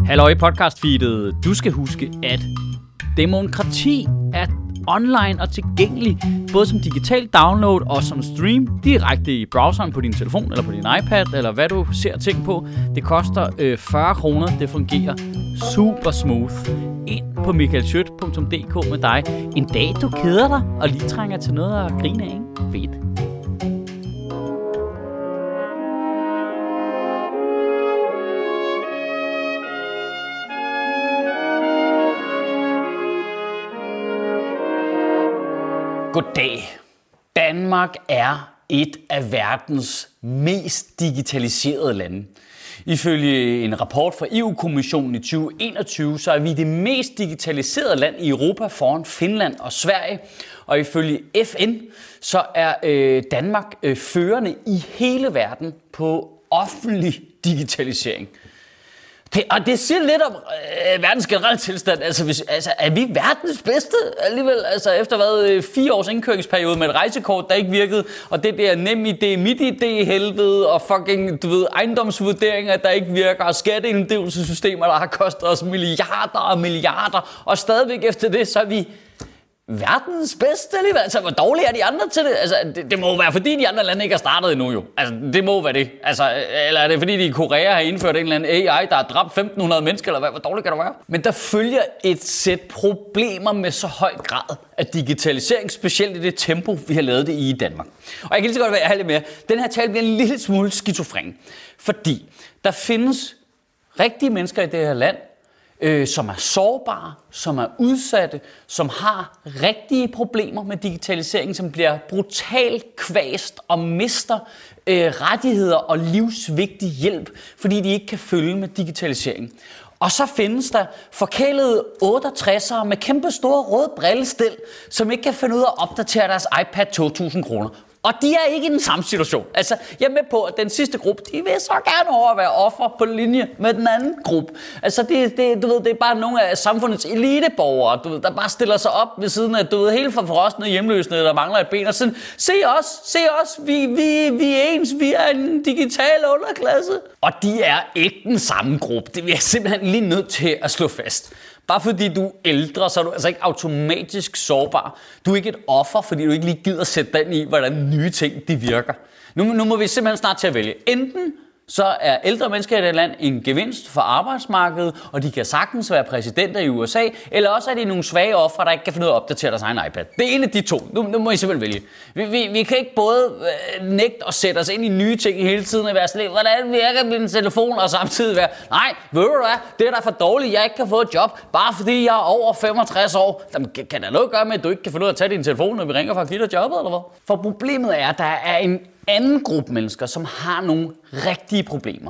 Halløj i podcastfeedet. Du skal huske, at demokrati er online og tilgængelig, både som digital download og som stream direkte i browseren på din telefon eller på din iPad, eller hvad du ser ting på. Det koster 40 kroner. Det fungerer super smooth. Ind på michaelschødt.dk med dig. En dag du keder dig og lige trænger til noget at grine af, ikke? Fedt. Goddag. Danmark er et af verdens mest digitaliserede lande. Ifølge en rapport fra EU-kommissionen i 2021, så er vi det mest digitaliserede land i Europa foran Finland og Sverige. Og ifølge FN, så er Danmark førende i hele verden på offentlig digitalisering. Og det siger lidt om verdens generelle tilstand. Altså, er vi verdens bedste alligevel? Altså efter 4 års indkøringsperiode med et rejsekort, der ikke virkede, og det der NemID, MitID helvede, og fucking, ejendomsvurderinger, der ikke virker, og skatteinddrivelsessystemer, der har kostet os milliarder og milliarder, og stadigvæk efter det, så er vi verdens bedste alligevel. Altså, hvor dårlige er de andre til det? Altså, det må være, fordi de andre lande ikke har startet endnu, jo. Altså, det må være det. Altså, eller er det, fordi de i Korea har indført en eller anden AI, der har dræbt 1.500 mennesker, eller hvad? Hvor dårligt kan det være? Men der følger et sæt problemer med så høj grad af digitalisering, specielt i det tempo, vi har lavet det i Danmark. Og jeg kan lige så godt være ærlig med, den her tale bliver en lille smule skizofren. Fordi der findes rigtige mennesker i det her land, som er sårbare, som er udsatte, som har rigtige problemer med digitalisering, som bliver brutalt kvæst og mister rettigheder og livsvigtig hjælp, fordi de ikke kan følge med digitalisering. Og så findes der forkælede 68'ere med kæmpe store røde brillestel, som ikke kan finde ud af at opdatere deres iPad 2.000 kroner. Og de er ikke i den samme situation. Altså, jeg er med på, at den sidste gruppe, de vil så gerne over at være offer på linje med den anden gruppe. Altså, det er bare nogle af samfundets eliteborgere, der bare stiller sig op ved siden af, helt forfrosne hjemløsende, der mangler et ben, og sådan, se os, vi er ens, vi er en digital underklasse. Og de er ikke den samme gruppe. Det vil jeg simpelthen lige nødt til at slå fast. Bare fordi du er ældre, så er du altså ikke automatisk sårbar. Du er ikke et offer, fordi du ikke lige gider sætte dig ind i, hvordan nye ting de virker. Nu må vi simpelthen snart til at vælge. Enten så er ældre mennesker i det land en gevinst for arbejdsmarkedet, og de kan sagtens være præsidenter i USA, eller også er de nogle svage ofre, der ikke kan finde ud af at opdatere deres egen iPad. Det er en af de to. Nu må I simpelthen vælge. Vi kan ikke både nægte at sætte os ind i nye ting hele tiden og være sådan, hvordan virker min telefon, og samtidig være, nej, ved du hvad, det er da for dårligt, jeg ikke kan få et job, bare fordi jeg er over 65 år. Kan der noget at gøre med, at du ikke kan finde ud af at tage din telefon, når vi ringer for at give dig jobbet, eller hvad? For problemet er, at der er en anden gruppe mennesker, som har nogle rigtige problemer.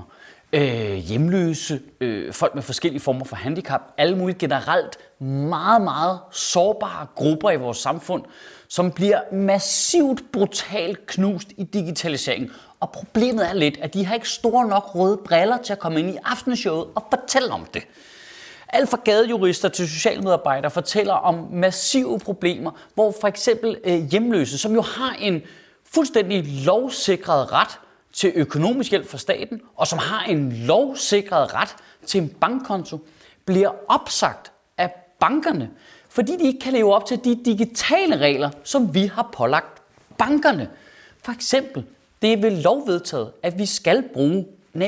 Hjemløse, folk med forskellige former for handicap, alle mulige generelt meget, meget sårbare grupper i vores samfund, som bliver massivt brutalt knust i digitaliseringen. Og problemet er lidt, at de har ikke store nok røde briller til at komme ind i aftenshowet og fortælle om det. Alt fra gadejurister til socialmedarbejdere fortæller om massive problemer, hvor for eksempel hjemløse, som jo har en fuldstændig lovsikret ret til økonomisk hjælp fra staten, og som har en lovsikret ret til en bankkonto, bliver opsagt af bankerne, fordi de ikke kan leve op til de digitale regler, som vi har pålagt bankerne. For eksempel, det er ved lov vedtaget, at vi skal bruge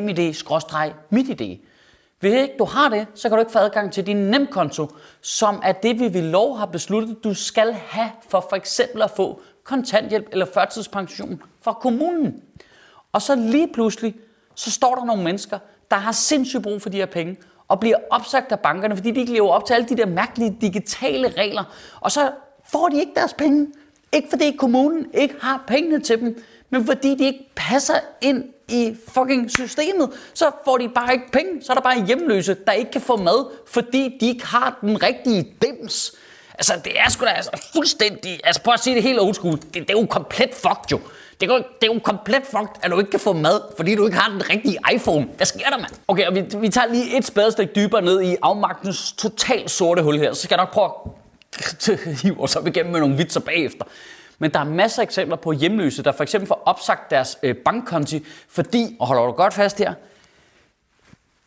NemID/MitID. Hvis ikke du har det, så kan du ikke få adgang til din nemkonto, som er det, vi ved lov har besluttet, du skal have for eksempel at få kontanthjælp eller førtidspension fra kommunen. Og så lige pludselig, så står der nogle mennesker, der har sindssygt brug for de her penge, og bliver opsagt af bankerne, fordi de ikke lever op til alle de der mærkelige digitale regler. Og så får de ikke deres penge. Ikke fordi kommunen ikke har pengene til dem, men fordi de ikke passer ind i fucking systemet, så får de bare ikke penge. Så er der bare hjemløse, der ikke kan få mad, fordi de ikke har den rigtige dims. Altså, det er sgu da fuldstændig. Altså, prøv at sige det helt old school. Det er jo komplet fucked, jo. Det er jo komplet fucked, at du ikke kan få mad, fordi du ikke har den rigtige iPhone. Hvad sker der, mand? Okay, og vi tager lige et spadestik dybere ned i afmagtens totalt sorte hul her. Så skal jeg nok prøve at hive os op igennem med nogle vitser bagefter. Men der er masser af eksempler på hjemløse, der for eksempel får opsagt deres bankkonti, fordi, og holder du godt fast her,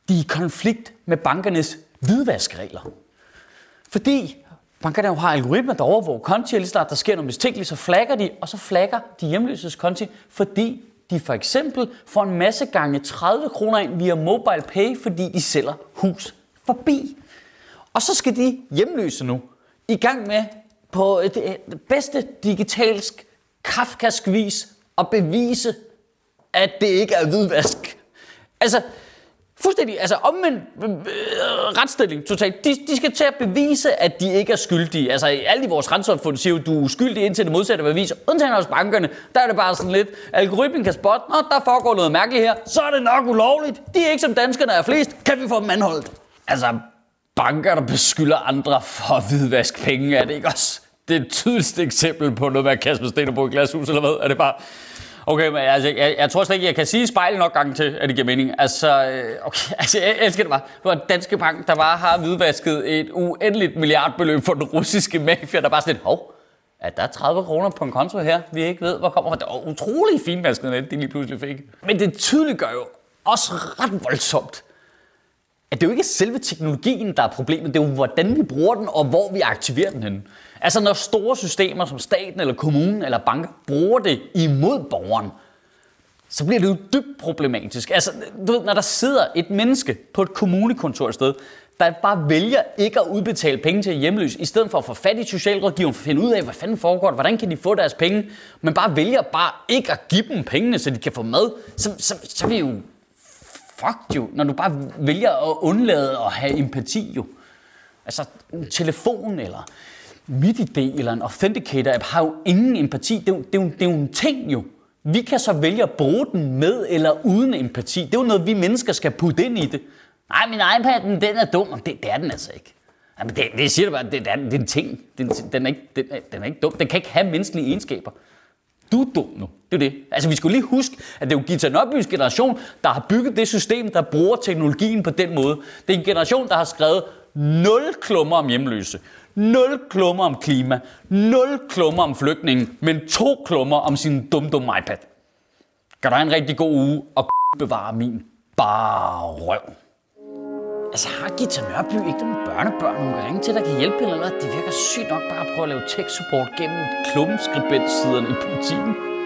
de er i konflikt med bankernes hvidvaskregler. Fordi bankerne jo har algoritmer, der overvåger konti, og lige snart der sker noget mistænkeligt, så flagger de, og så flagger de hjemløses konti, fordi de for eksempel får en masse gange 30 kroner ind via mobile pay, fordi de sælger hus forbi. Og så skal de hjemløse nu i gang med på det bedste digitalsk kafkask vis at bevise, at det ikke er hvidvask. Altså, fuldstændig, omvendt retsstilling totalt. De skal til at bevise, at de ikke er skyldige. Altså, alle i vores retssamfund siger jo, du er uskyldig indtil det modsatte bevis. Undtagen hos bankerne, der er det bare sådan lidt, algoritmen kan spotte, der foregår noget mærkeligt her, så er det nok ulovligt. De er ikke som danskerne er flest, kan vi få dem anholdt? Altså, banker, der beskylder andre for at hvidvaske penge, er det ikke også det tydeligste eksempel på noget, man kaster med sten på i glashus, eller hvad? Er det bare... Okay, men altså, jeg tror slet ikke, jeg kan sige spejl nok gange til, at det giver mening. Jeg elsker det bare. Det var Danske Bank, der bare har hvidvasket et uendeligt milliardbeløb for den russiske mafia, der bare sådan lidt, at der er 30 kroner på en konto her, vi ikke ved, hvor kommer fra. Det var utrolig finvasket net, de lige pludselig fik. Men det tydeliggør jo også ret voldsomt, at det jo ikke er selve teknologien, der er problemet, det er jo, hvordan vi bruger den, og hvor vi aktiverer den henne. Altså, når store systemer som staten, eller kommunen, eller banker bruger det imod borgeren, så bliver det jo dybt problematisk. Altså, du ved, når der sidder et menneske på et kommunekontor et sted, der bare vælger ikke at udbetale penge til hjemløse, i stedet for at få fat i socialrådgiveren, for at finde ud af, hvad fanden foregår, hvordan kan de få deres penge, men bare vælger ikke at give dem pengene, så de kan få mad, så er vi jo fuck jo, når du bare vælger at undlade at have empati jo. Altså, en telefon eller MitID eller en Authenticator-app har jo ingen empati. Det er jo en ting jo. Vi kan så vælge at bruge den med eller uden empati. Det er jo noget, vi mennesker skal putte ind i det. Nej, min iPad, den er dum. Det er den altså ikke. Jamen, det siger du bare, det er en ting. Den er ikke dum. Den kan ikke have menneskelige egenskaber. Du er dum nu. Det er det. Altså, vi skulle lige huske, at det er jo Gita Nørbys generation, der har bygget det system, der bruger teknologien på den måde. Det er en generation, der har skrevet 0 klummer om hjemløse, 0 klummer om klima, 0 klummer om flygtninge, men 2 klummer om sin dum iPad. Kan du have en rigtig god uge og bevare min bare røv. Altså, har Gita Nørby ikke nogen børnebørn, hun kan ringe til, der kan hjælpe hende, eller hvad? Det virker sygt nok bare at prøve at lave tech support gennem klummeskribentsiderne i Politiken.